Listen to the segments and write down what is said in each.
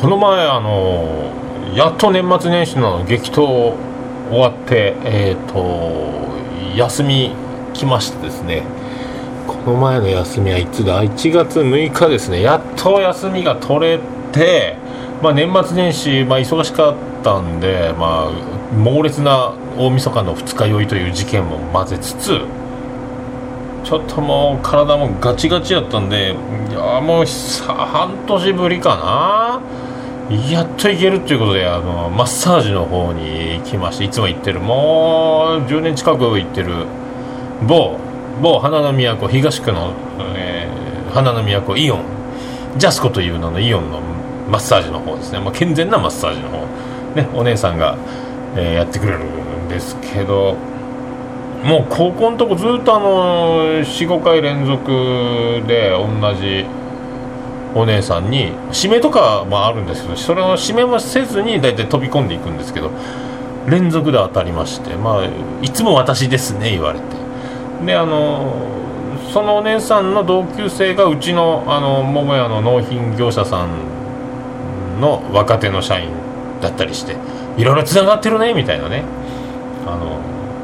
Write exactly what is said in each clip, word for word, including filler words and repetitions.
この前あのやっと年末年始の激闘終わってえっ、ー、と休み来ましてですね、この前の休みはいつだいちがつむいかですね。やっと休みが取れて、まあ、年末年始、まあ、忙しかったんで、まあ、猛烈な大晦日の二日酔いという事件も混ぜつつ、ちょっともう体もガチガチやったんで、いやもうさ半年ぶりかな、やっと行けるということで、あのマッサージの方に行きまして、いつも行ってる、もうじゅうねん近く行ってる某某花の都東区の、えー、花の都イオンジャスコという名のイオンのマッサージの方ですね、まあ、健全なマッサージの方、ね、お姉さんが、えー、やってくれるんですけど、もう高校のとこずっとあの よん,ご 回連続で同じお姉さんに指名とかもあるんですけど、それを指名もせずにだいたい飛び込んでいくんですけど、連続で当たりまして、まあ、いつも私ですね言われて、であのそのお姉さんの同級生がうちのあの桃屋の納品業者さんの若手の社員だったりして、いろいろつながってるねみたいなね、あの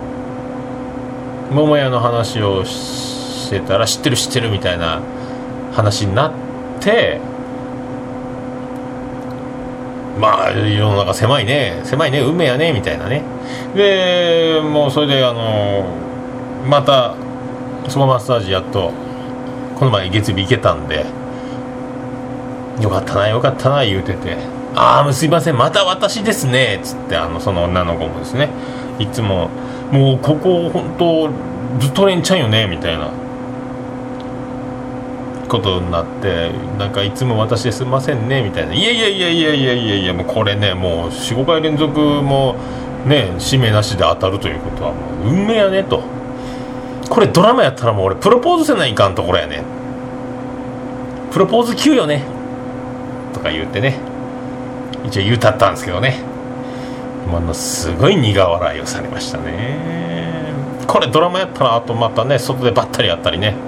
桃屋の話をしてたら知ってる知ってるみたいな話になって、まあ世の中狭いね狭いね運命やねみたいなね。でもうそれであのまたそのマッサージやっとこの前月日行けたんで、よかったなよかったな言うてて、ああすいませんまた私ですねつって、あのその女の子もですね、いつももうここ本当ずっと連チャンよねみたいなことになって、なんかいつも私ですいませんねみたいな、いやいやいやいやいやいやいやもうこれね、もう よん,ご 回連続もね指名なしで当たるということはもう運命やねと、これドラマやったらもう俺プロポーズせないかんところやね、プロポーズ級よねとか言ってね、一応言うたったんですけどね、ものすごい苦笑いをされましたね。これドラマやったらあとまたね外でばったりやったりね、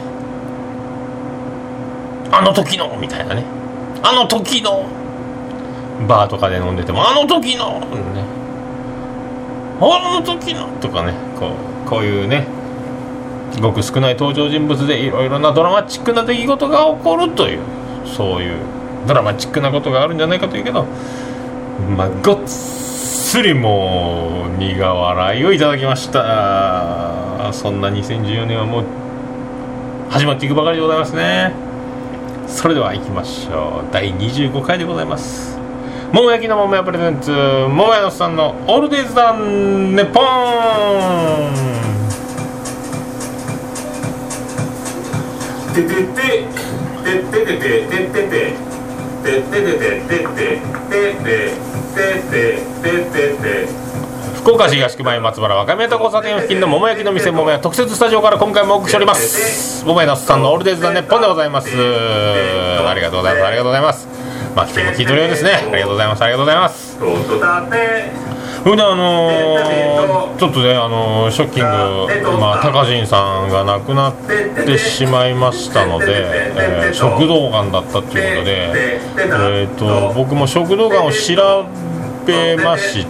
あの時のみたいなね、あの時のバーとかで飲んでてもあの時のね、あの時のとかね、こう、こういうねごく少ない登場人物でいろいろなドラマチックな出来事が起こるという、そういうドラマチックなことがあるんじゃないかというけど、まあごっつりもう苦笑いをいただきました。そんなにせんじゅうよねんはもう始まっていくばかりでございますね。それでは行きましょう。だいにじゅうごかいでございます。桃焼きの桃屋プレゼンツ桃屋のさんのオールデイズだネポン。ててててててててててててててててて福岡市東区前松原若宮と交差点付近の桃焼きの店桃屋特設スタジオから今回もお送りしております。桃屋のさんのオールデイズだネポンでございます。ありがとうございますありがとうございます。まあ来ても聞いてるようですね。ありがとうございますありがとうございます。それであのー、ちょっとね、あのー、ショッキング、まあ、高陣さんが亡くなってしまいましたので、えー、食道がんだったということで、えー、と僕も食道がんを調べまして、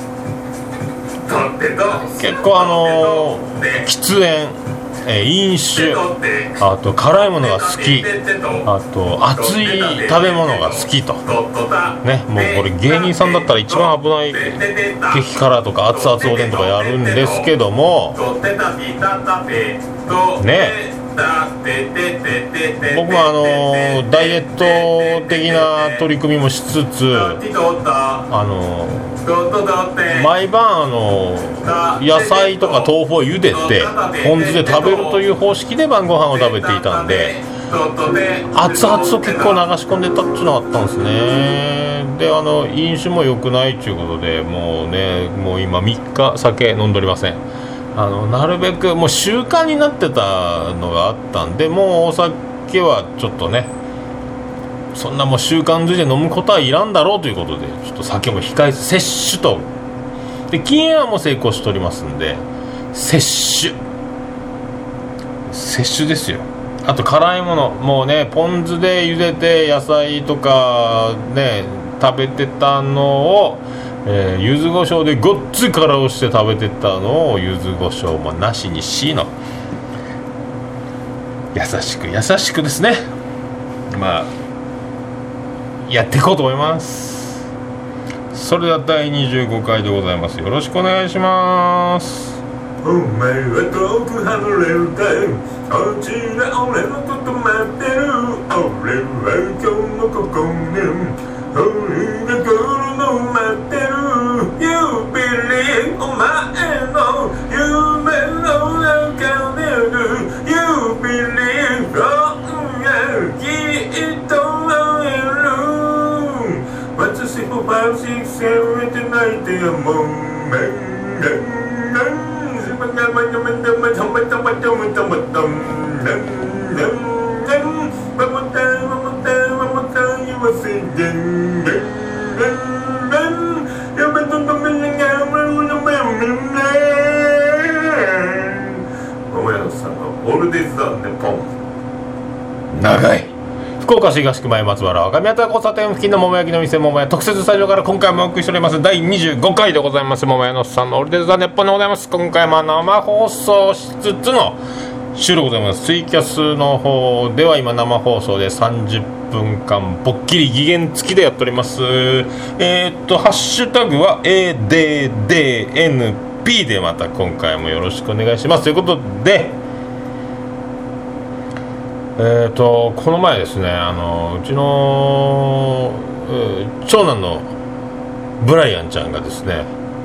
結構あのー、喫煙、えー、飲酒、あと辛いものが好き、あと熱い食べ物が好きとね、もうこれ芸人さんだったら一番危ない激辛とか熱々おでんとかやるんですけどもね、僕もあのー、ダイエット的な取り組みもしつつ、あのー、毎晩あのー、野菜とか豆腐を茹でてポン酢で食べるという方式で晩ご飯を食べていたんで、熱々を結構流し込んでたっていうのがあったんですね。であの飲酒も良くないということで、もうねもう今みっか酒飲んでおりません。あのなるべくもう習慣になってたのがあったんで、もうお酒はちょっとねそんなもう習慣づいて飲むことはいらんだろうということで、ちょっと酒も控えず摂取とで禁煙はもう成功しておりますんで、摂取摂取ですよ。 あと辛いもの、もうねポン酢で茹でて野菜とかね食べてたのを、えー、柚子胡椒でごっつい辛をして食べてたのを柚子胡椒もなしにしの優しく優しくですね、まあやっていこうと思います。それではだいにじゅうごかいでございます。よろしくお願いします。 お前は遠く離れるかい、おうちで俺のこと待ってる。俺は今日もここに俺が来るの待ってる。 You believe お前の夢の中で You believe 本がきっと会える。私もパウシーせめて泣いてやもんめんめんめん長い福岡市東区前松原若宮田交差点付近の桃焼きの店桃屋特設スタジオから今回もお送りしておりますだいにじゅうごかいでございます。桃屋のおっさんのオールデイズ・ザ・ネッポンでございます。今回も生放送しつつの収録でございます。ツイキャスの方では今生放送でさんじゅっぷんかんぼっきり期限付きでやっております。えー、っとハッシュタグは エーディーディーエヌピー でまた今回もよろしくお願いしますということで、えー、とこの前ですね、あのうちの、えー、長男のブライアンちゃんがですね、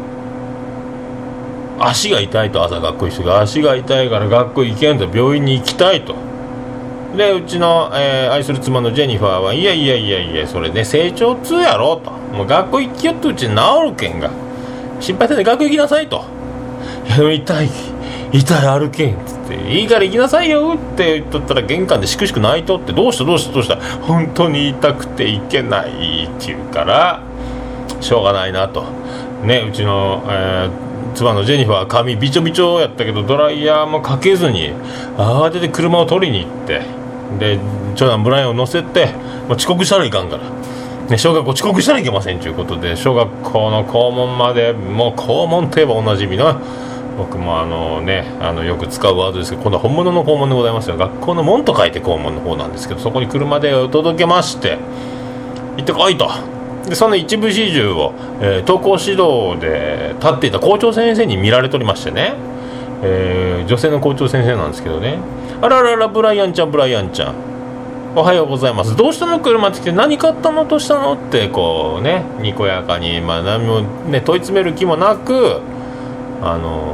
足が痛いと、朝学校行くが足が痛いから学校行けんと、病院に行きたいと。でうちの、えー、愛する妻のジェニファーはいやいやいやいやそれね成長痛やろと、もう学校行きよってうち治るけんが心配せんで学校行きなさいと。いや痛い痛い歩けんっつって、いいから行きなさいよって言っとったら玄関でしくしく泣いとって、どうしたどうしたどうした、本当に痛くて行けないって言うからしょうがないなとね。うちの、えー、妻のジェニファーは髪びちょびちょやったけどドライヤーもかけずに慌てて車を取りに行って、で長男ブライアンを乗せて、もう遅刻したらいかんからね、小学校遅刻したらいけませんということで小学校の校門まで、もう校門といえばおなじみの、僕もあのねあのよく使うワードですけど、今度は本物の校門でございますよ。学校の門と書いて校門の方なんですけど、そこに車で届けまして行ってこいと。でその一部始終を、えー、登校指導で立っていた校長先生に見られておりましてね、えー、女性の校長先生なんですけどね、あらららブライアンちゃんブライアンちゃんおはようございます、どうしたの車って来て、何買ったのとしたのってこうねにこやかに、まあ何もね問い詰める気もなく、あの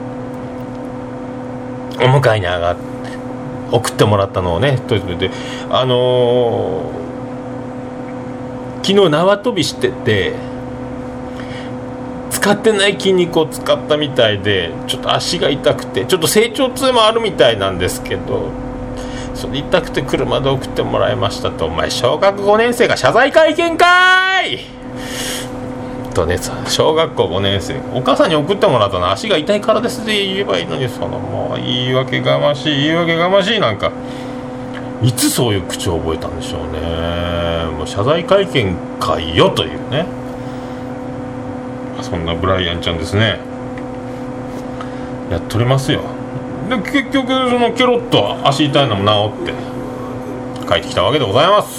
お迎えに上がって送ってもらったのをね問い詰めて、あのー、昨日縄跳びしてて使ってない筋肉を使ったみたいでちょっと足が痛くて、ちょっと成長痛もあるみたいなんですけど、それ痛くて車で送ってもらいましたと。お前小学ごねん生が謝罪会見かーいとね、小学校ごねん生お母さんに送ってもらったの足が痛いからですで言えばいいのに、そのもう言い訳がましい言い訳がましい、なんかいつそういう口を覚えたんでしょうね。もう謝罪会見会よというね、そんなブライアンちゃんですね、やっとりますよ。で結局そのケロッと足痛いのも治って帰ってきたわけでございます。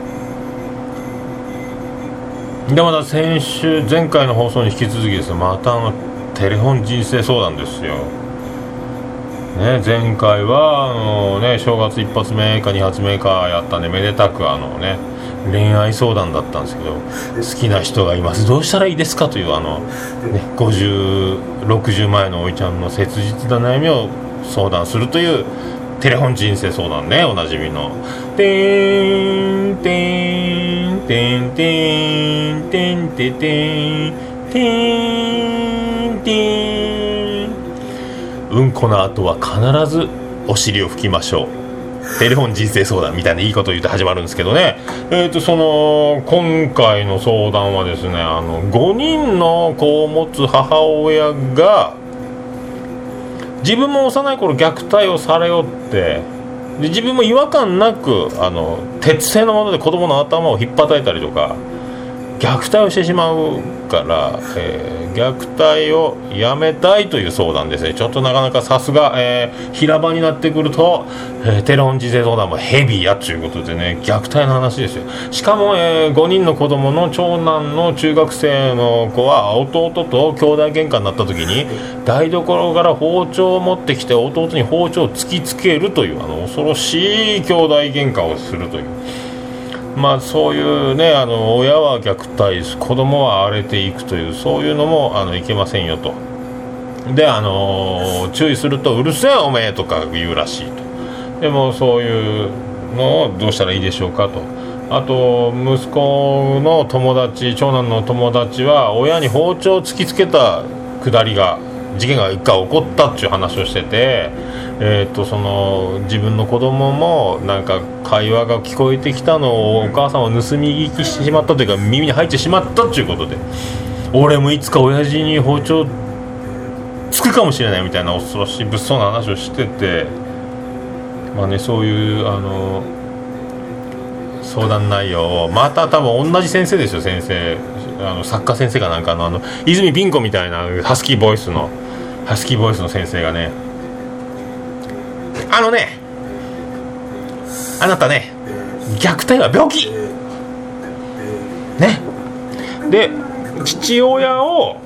でまた先週前回の放送に引き続きですね、またあのテレフォン人生相談ですよ、ね、前回はあの、ね、正月一発目か二発目かやったんでめでたくあのね恋愛相談だったんですけど、好きな人がいますどうしたらいいですかというあの、ね、ごじゅう、ろくじゅう前のおいちゃんの切実な悩みを相談するというテレフォン人生相談ね、おなじみのてーんてーんてんてんてんてんてんてんてん、うんこの後は必ずお尻を拭きましょう、テレフォン人生相談みたいないいことを言って始まるんですけどね、えーとその今回の相談はですね、あのごにんの子を持つ母親が自分も幼い頃虐待をされよってで自分も違和感なくあの鉄製のもので子供の頭を引っ叩いたりとか虐待をしてしまうから、えー、虐待をやめたいという相談ですね。ちょっとなかなかさすが、えー、平場になってくると、えー、テレオン人生相談もヘビーやということでね、虐待の話ですよ。しかも、えー、ごにんの子供の長男の中学生の子は弟と兄弟喧嘩になった時に台所から包丁を持ってきて弟に包丁を突きつけるというあの恐ろしい兄弟喧嘩をするという、まあそういうね、あの親は虐待、子供は荒れていくという、そういうのもあのいけませんよと。で、あのー、注意するとうるせえおめえとか言うらしいと。でもそういうのをどうしたらいいでしょうかと。あと息子の友達、長男の友達は親に包丁を突きつけたくだりが事件が一回起こったっていう話をしてて、えー、とその自分の子供もなんか会話が聞こえてきたのをお母さんは盗み聞きしてしまったというか耳に入ってしまったということで、俺もいつか親父に包丁つくかもしれないみたいな恐ろしい物騒な話をしてて、まあね、そういうあの相談内容をまた多分同じ先生ですよ。先生あの作家先生かなんかの、あの泉ピン子みたいなハスキーボイスのハスキーボイスの先生がね、あのね、あなたね、虐待は病気ね。で、父親を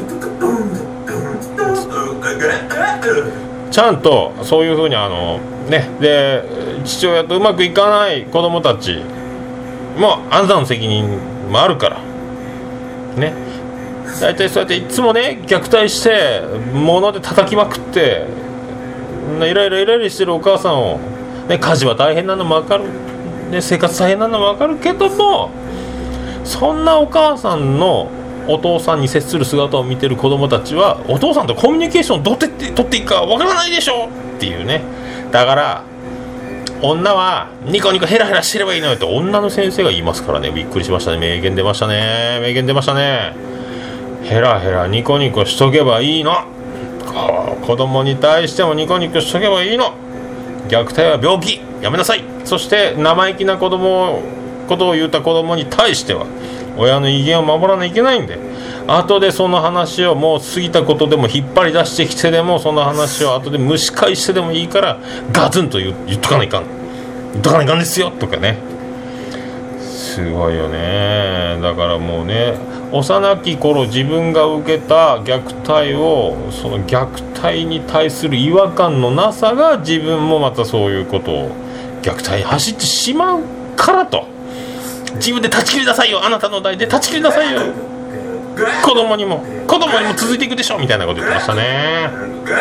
ちゃんとそういう風にあのね、で父親とうまくいかない子供たちもあなたの責任もあるからね。だいたいそうやっていつもね虐待して物で叩きまくってイライライライラしてるお母さんを、ね、家事は大変なのも分かる、ね、生活大変なのも分かるけども、そんなお母さんのお父さんに接する姿を見てる子供たちはお父さんとコミュニケーションをどうやって取っていいか分からないでしょっていうね。だから女はニコニコヘラヘラしてればいいのよって女の先生が言いますからね。びっくりしましたね。名言出ましたね。名言出ましたね。ヘラヘラニコニコしとけばいいの。子供に対してもニコニコしとけばいいの。虐待は病気、やめなさい。そして生意気な子供ことを言った子供に対しては親の威厳を守らないといけないんで、後でその話をもう過ぎたことでも引っ張り出してきてでもその話を後で蒸し返してでもいいからガツンと 言, 言っとかないかん言っとかないかんですよとかね。すごいよね。だからもうね、幼き頃自分が受けた虐待をその虐待に対する違和感のなさが自分もまたそういうことを虐待に走ってしまうからと、自分で断ち切りなさいよ、あなたの代で断ち切りなさいよ、子供にも子供にも続いていくでしょみたいなこと言ってましたね。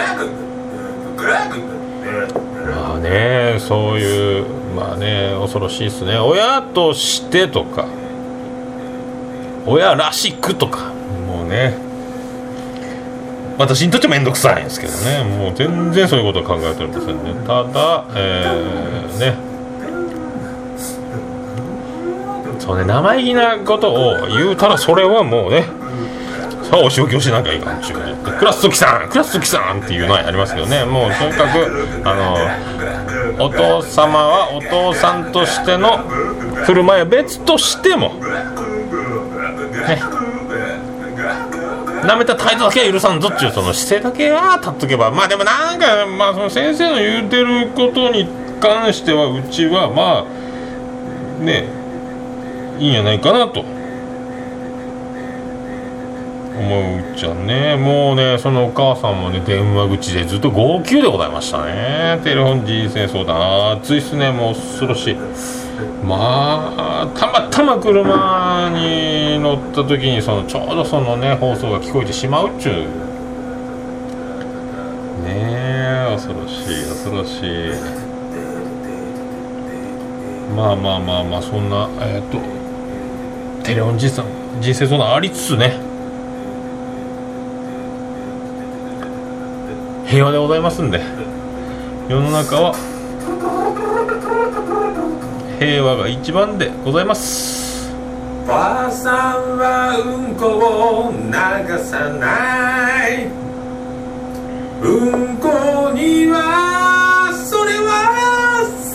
まあね、そういうまあね恐ろしいですね。親としてとか親らしくとかもうね、私にとってもめんどくさいんですけどね、もう全然そういうことは考えておりませんね。ただ、えー、ねそうね、生意気なことを言うたらそれはもうね、さあお仕置きをしなきゃいかんちゅうことで、クラストキさんクラストキさんっていうのはありますけどね、もうとにかくあのお父様はお父さんとしての振る舞いは別としてもね、舐めた態度だけは許さんぞっていうその姿勢だけは立っとけば、まあでもなんか、まあ、その先生の言うてることに関してはうちはまあねいいんじゃないかなと思うじゃんね。もうねそのお母さんもね電話口でずっと号泣でございましたね。テレフォン人生相談熱いっすね。もう恐ろしい。まあたまたま車に乗った時にそのちょうどそのね放送が聞こえてしまうっちゅうねえ、恐ろしい恐ろしい。まあまあまあまあそんなえっとテレフォン人生人生相談ありつつね、平和でございますんで、世の中は平和が一番でございます。 ばあさんはうんこを流さない、うんこにはそれは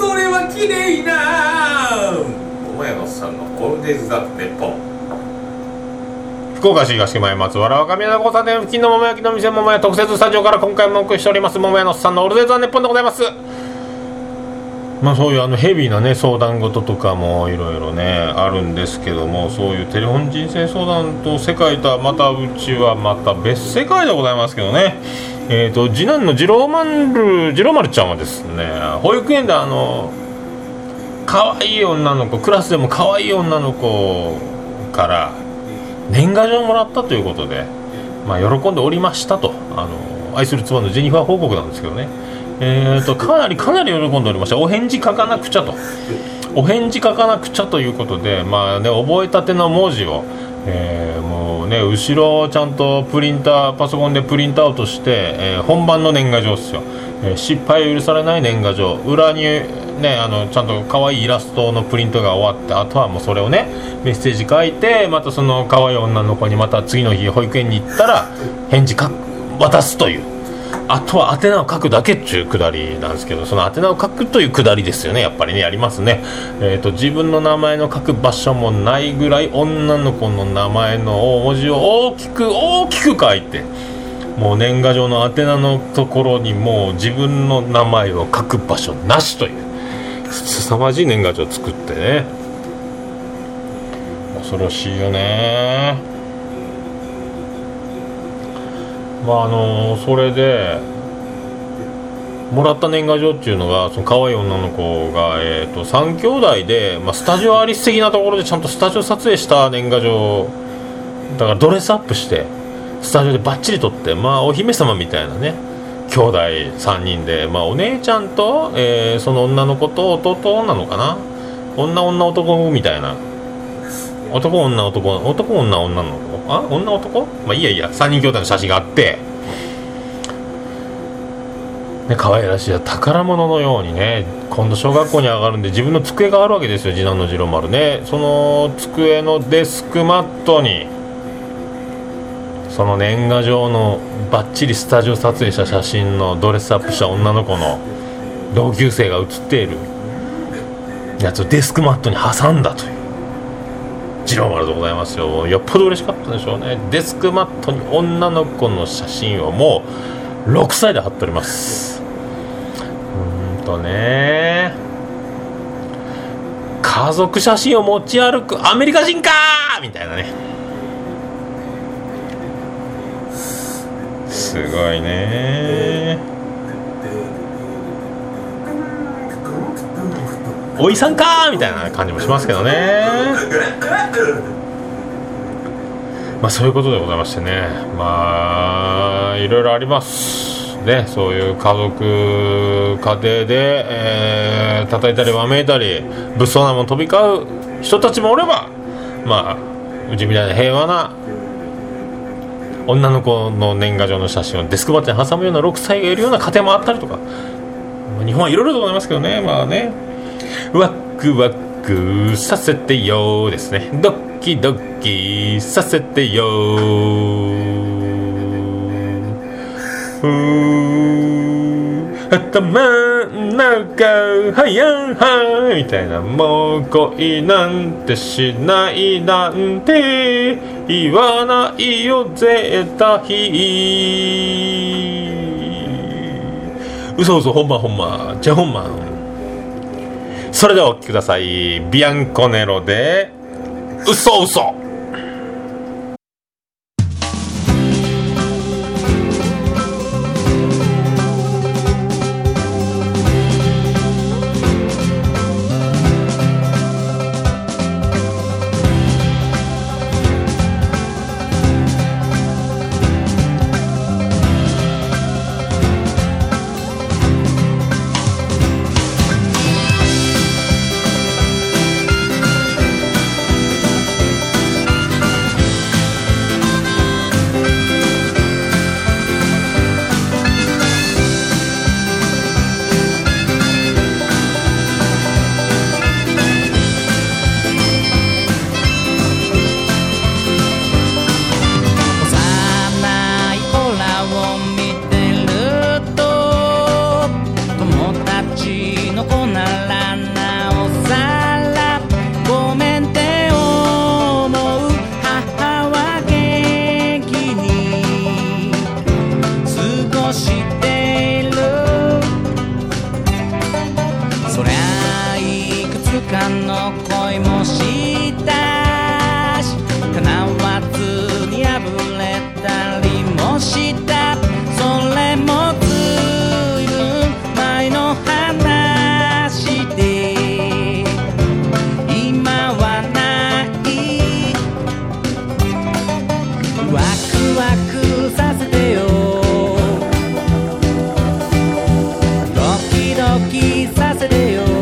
綺麗な桃屋のさんのオールデイズ・ザ・ネッポン。福岡市東区前松原若宮の交差点付近の桃焼きの店桃屋特設スタジオから今回もお送りしております桃屋のさんのオールデイズ・ザ・ネッポンでございます。まあそういうあのヘビーなね相談事とかもいろいろねあるんですけども、そういうテレフォン人生相談と世界とはまたうちはまた別世界でございますけどね。えーと次男の次郎丸次郎丸ちゃんはですね、保育園であの可愛い女の子、クラスでも可愛い女の子から年賀状をもらったということで、まあ喜んでおりましたと、あの愛する妻のジェニファー報告なんですけどね。えーとかなりかなり喜んでおりました。お返事書かなくちゃとお返事書かなくちゃということで、まあね覚えたての文字を、えー、もうね後ろをちゃんとプリンターパソコンでプリントアウトして、えー、本番の年賀状ですよ、えー、失敗を許されない年賀状、裏にねあのちゃんと可愛いイラストのプリントが終わって、あとはもうそれをねメッセージ書いて、またその可愛い女の子にまた次の日保育園に行ったら返事か渡すという、あとは宛名を書くだけっていうくだりなんですけど、その宛名を書くというくだりですよね。やっぱりねやりますね。えーと自分の名前の書く場所もないぐらい女の子の名前の大文字を大きく大きく書いて、もう年賀状の宛名のところにもう自分の名前を書く場所なしという凄まじい年賀状を作ってね、恐ろしいよね。まああのそれでもらった年賀状っていうのが、その可愛い女の子が、えー、とさん兄弟で、まあ、スタジオアリス的なところでちゃんとスタジオ撮影した年賀状だから、ドレスアップしてスタジオでバッチリ撮って、まあお姫様みたいなね兄弟さんにんで、まあ、お姉ちゃんと、えー、その女の子と弟なのかな、女女男みたいな、男女男男女女の子、あ女男、まあいいやいいや、さんにん兄弟の写真があって、ね、可愛らしい宝物のようにね、今度小学校に上がるんで自分の机があるわけですよ、次男の次郎丸ね。その机のデスクマットにその年賀状のバッチリスタジオ撮影した写真のドレスアップした女の子の同級生が写っているやつをデスクマットに挟んだという次郎丸でございますよ。よっぽど嬉しかったでしょうね。デスクマットに女の子の写真をもうろくさいで貼っております。うーんとね、家族写真を持ち歩くアメリカ人かーみたいなね、すごいね。おいさんかーみたいな感じもしますけどね。まあそういうことでございましてね、まあいろいろありますね。そういう家族家庭で、えー、叩いたりわめいたり物騒なもの飛び交う人たちもおれば、まあうちみたいな平和な女の子の年賀状の写真をデスクマットに挟むようなろくさいがいるような家庭もあったりとか、まあ、日本はいろいろとございますけどね。まあね、ワクワクさせてよですね、ドキドキさせてようー頭ん中はやはみたいな、もう恋なんてしないなんて言わないよ絶対、嘘嘘ほんまほんまじゃほんま。それではお聴きください。ビアンコネロで嘘嘘。 かの恋もしたし叶わずに破れたりもした。それもずいぶん前の話で今はないワクワクさせてよドキドキさせてよ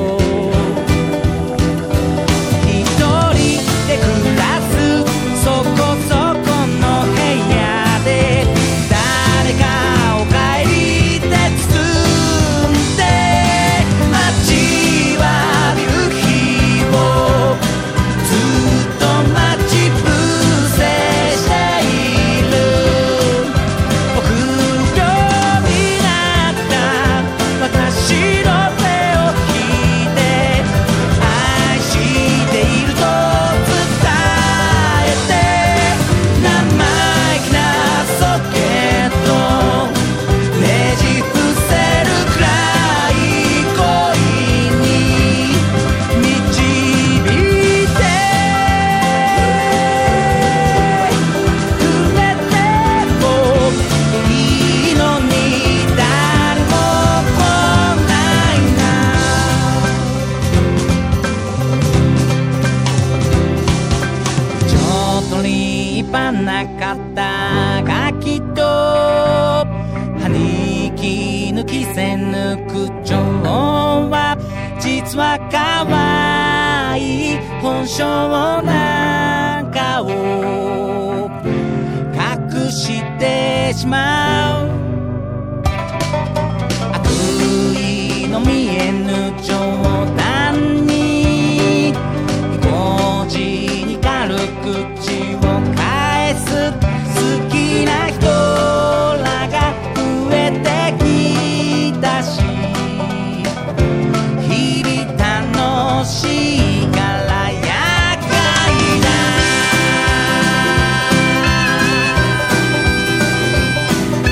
実は可愛い本性なんかを隠してしまう悪意の見えぬ冗談にぎこちに軽口を返す好きな人らが増えてきたし楽しいから厄介だ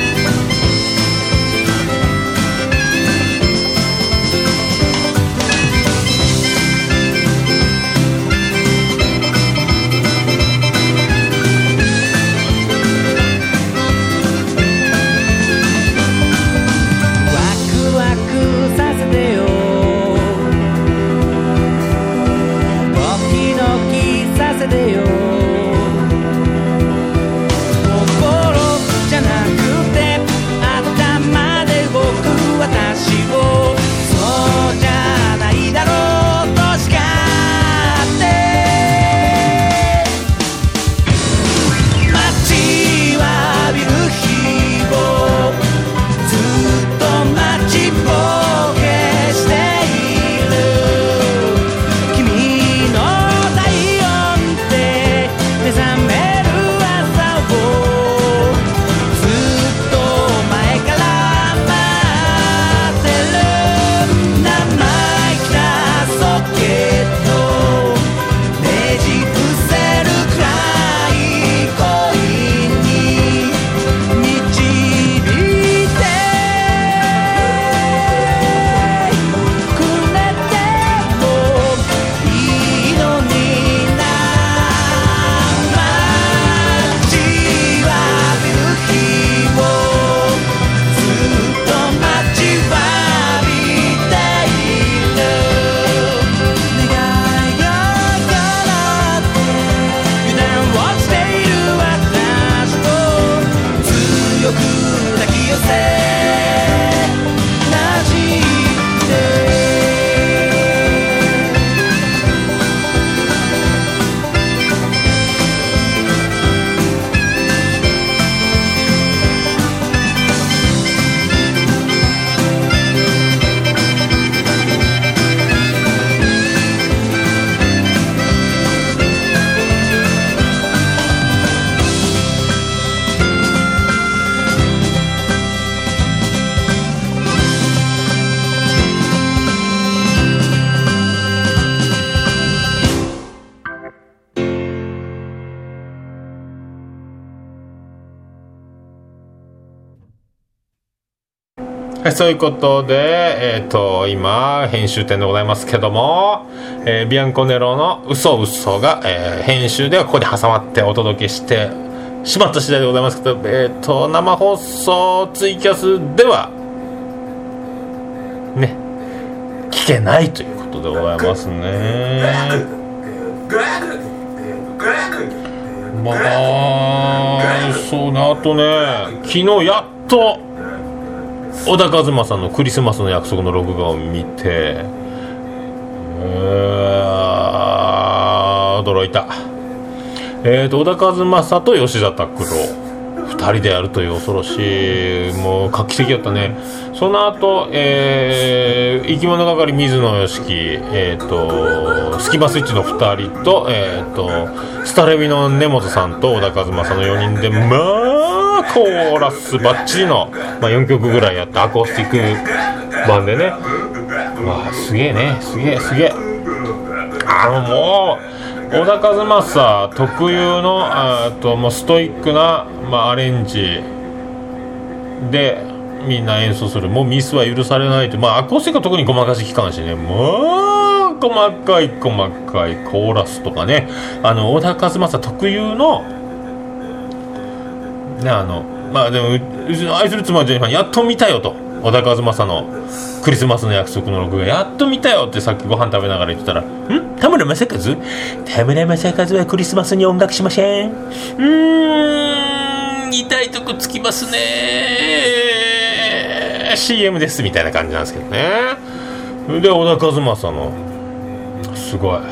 そういうことで、えー、と今編集点でございますけども、えー、ビアンコネロの嘘嘘が、えー、編集ではここで挟まってお届けしてしまった次第でございますけど、えー、と生放送ツイキャスではね聞けないということでございますね。まあそうね、あとね昨日やっと小田和正のクリスマスの約束の録画を見て、えー、驚いた。えーと小田和正と吉田拓郎ふたりでやるという恐ろしい、もう画期的だったね。その後、えー、生き物係水野良樹、えーとスキマスイッチのふたりと、えーとスタレビの根本さんと小田和正のよにんで、まあコーラスバッチリの、まあ、よんきょくぐらいやってアコースティック版でね、わあすげえね、すげえすげえ。あのもう小田和正特有のあともうストイックな、まあ、アレンジでみんな演奏する、もうミスは許されないと、まあアコースティックは特にごまかしきかんしね、もう細かい細かいコーラスとかね、あの小田和正特有のね、あのまあでも愛する妻ジェニファーやっと見たよと、小田和正のクリスマスの約束の録画やっと見たよってさっきご飯食べながら言ってたら、ん田村正和田村正和はクリスマスに音楽しません、うーん痛いとこつきますね シーエム ですみたいな感じなんですけどね。で小田和正のすごい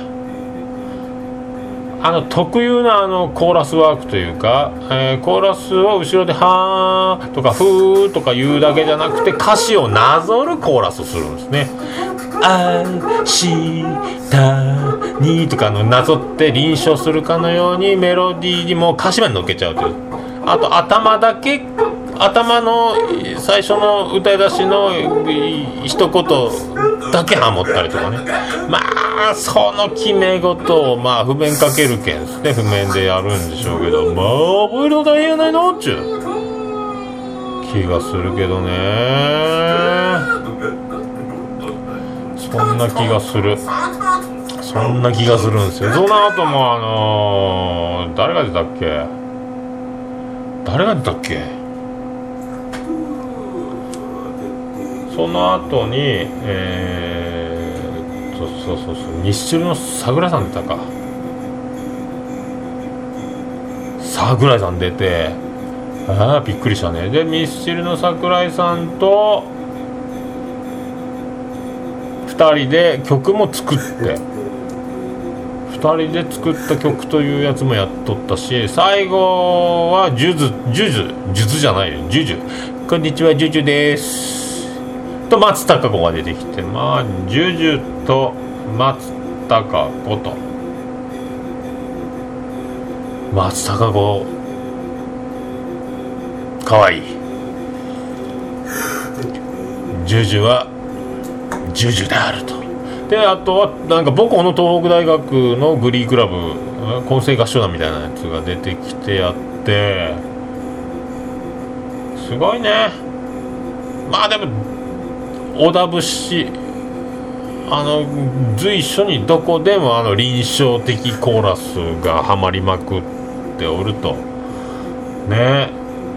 あの特有なあのコーラスワークというか、えー、コーラスを後ろではーとかふーとか言うだけじゃなくて歌詞をなぞるコーラスをするんですね。あしたにとかのなぞって臨床するかのようにメロディーにも歌詞まで乗っけちゃうという、あと頭だけ頭の最初の歌い出しの一言だけハモったりとかね、まあその決め事をまあ譜面かけるけんですね、譜面でやるんでしょうけど、まあ覚えるの大変やないのっちゅう気がするけどね。そんな気がするそんな気がするんですよ。その後もあのー、誰が出たっけ誰が出たっけその後に、えー、そうそうそうそうミスチルの桜井さん出たか、桜井さん出て、ああびっくりしたね。でミスチルの桜井さんとふたりで曲も作って、ふたりで作った曲というやつもやっとったし、最後はジュズジュズジュズじゃないよジュジュこんにちはジュジュですと松たか子が出てきて、まあジュジュと松たか子と松たか子かわいい、ジュジュはジュジュであると。であとはなんか母校の東北大学のグリークラブ混声合唱団みたいなやつが出てきてやって、すごいね。まあでも小田節あの随所にどこでもあの臨床的コーラスがはまりまくっておるとね。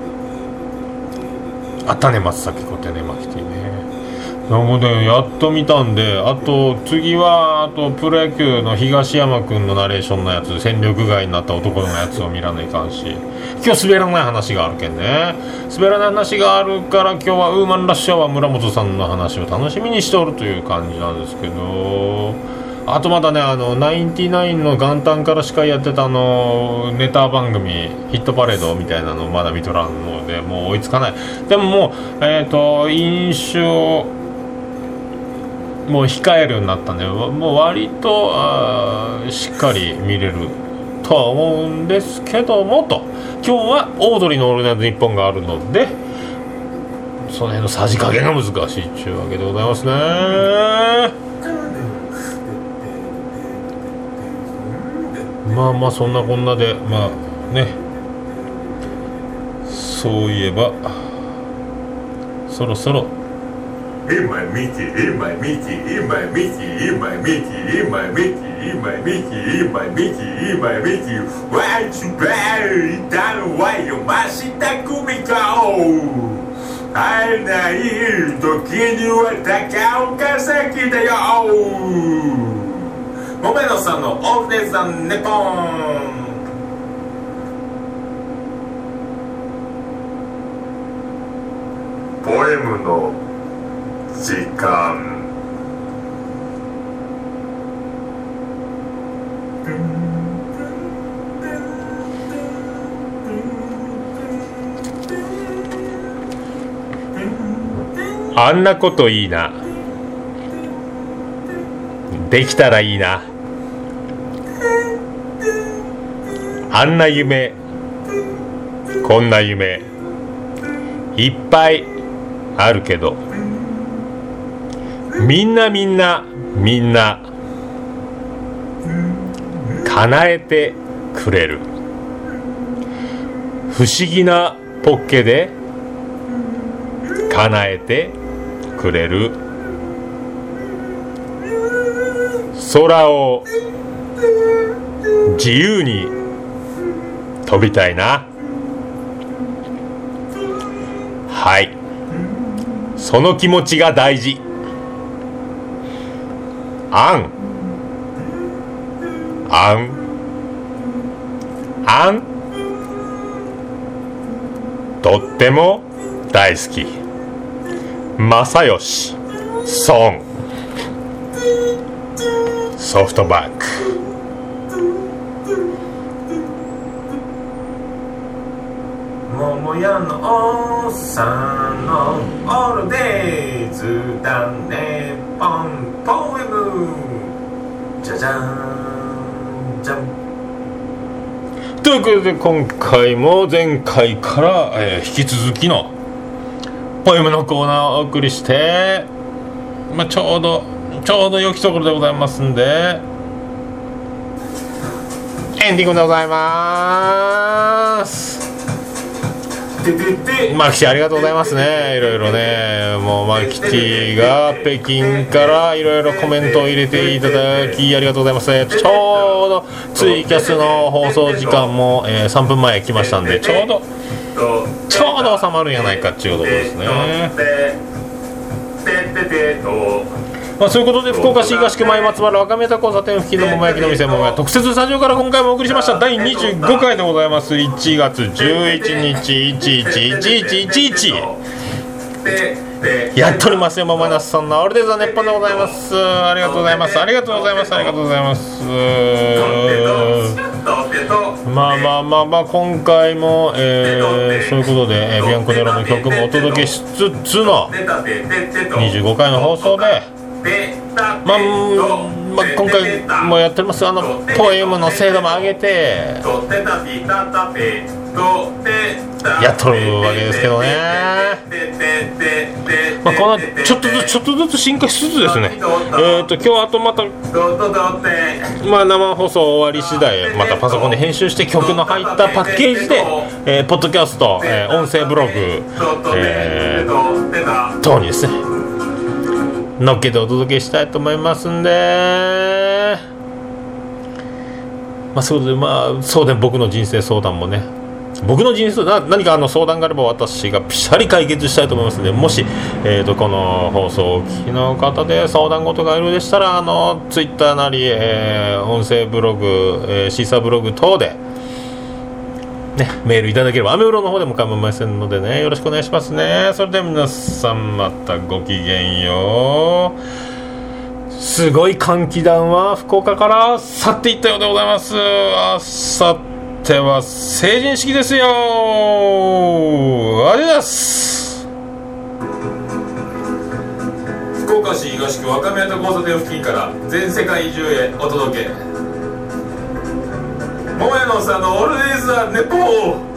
あったね松崎子ってねマキティね。なのでやっと見たんで、あと次はあとプロ野球の東山くんのナレーションのやつ、戦力外になった男のやつを見らないかんし、今日滑らない話があるけんね、滑らない話があるから今日はウーマンラッシャーは村本さんの話を楽しみにしておるという感じなんですけど、あとまだねあのナインティナインの元旦から司会やってたあのネタ番組ヒットパレードみたいなのまだ見とらんのでもう追いつかない。でももうえっと飲酒をもう控えるようになったんで、もう割とあしっかり見れるとは思うんですけどもと、今日はオードリーのオールナイトニッポンがあるのでその辺のさじ加減が難しいっていうわけでございますね。まあまあそんなこんなでまあね、そういえばそろそろ今ミキ今ミキ今ミキ今ミキ今ミキ今ミキ今ミキ今ミキワイチュバイいたのはよましたくみか会えない時には高岡崎だよもめのさんのオールデイズ・ザ・ネポンポエムの時間あんなこといいな、できたらいいな、あんな夢、こんな夢いっぱいあるけど、みんなみんなみんな叶えてくれる。不思議なポッケで叶えてくれる。空を自由に飛びたいな。はい、その気持ちが大事。あんあんあんとっても大好き。正義ソンソフトバンク。 桃屋のおっさんのオールデイズだねポンポエムじゃじゃんじゃん。 ということで今回も前回から、えー、引き続きのポエムのコーナーをお送りして、まあ、ちょうどちょうど良きところでございますんでエンディングでございます。マキティありがとうございますね。いろいろね、もうマキティが北京からいろいろコメントを入れていただきありがとうございますね。ちょうどツイキャスの放送時間も、えー、さんぷんまえ来ましたんで、ちょうどちょうど収まるんやないかっていうところですね。まあ、そういうことで福岡市東区前松原若宮田交差点付近の桃焼きの店桃屋特設スタジオから今回もお送りしましただいにじゅうごかいでございます。いちがつじゅういちにちいちいちいちいちいちいちやっておりますよ。桃屋さんのオールデイズ・ザ・ネッポンでございます。ありがとうございますありがとうございますありがとうございます。まあまあまあまあ今回も、えー、そういうことで、えー、ビアンコネロの曲もお届けしつつのにじゅうごかいの放送でまあ、まあ、今回もやっておりますあのポエムの精度も上げてやっとるわけですけどね。まあ、このちょっとずつちょっとずつ進化しつつですね、えーと今日あとまた、まあ、生放送終わり次第またパソコンで編集して曲の入ったパッケージで、えー、ポッドキャスト、えー、音声ブログ、えー、等にですね乗っけてお届けしたいと思いますんで、まあそういうことで、まあそうで僕の人生相談もね、僕の人生な何かあの相談があれば私がピシャリ解決したいと思いますので、もし、えー、とこの放送をお聞きの方で相談事があるようでしたら、あのツイッターなり、えー、音声ブログ、えー、シーサーブログ等でね、メールいただければアメブロの方でも構いませんのでね、よろしくお願いしますね。それでは皆さんまたごきげんよう。すごい寒気団は福岡から去っていったようでございます。あさっては成人式ですよ。ありがとうございます。 福岡市東区若宮田交差点付近から全世界中へお届け、桃屋のおっさんのオールデイズ・ザ・ネポー。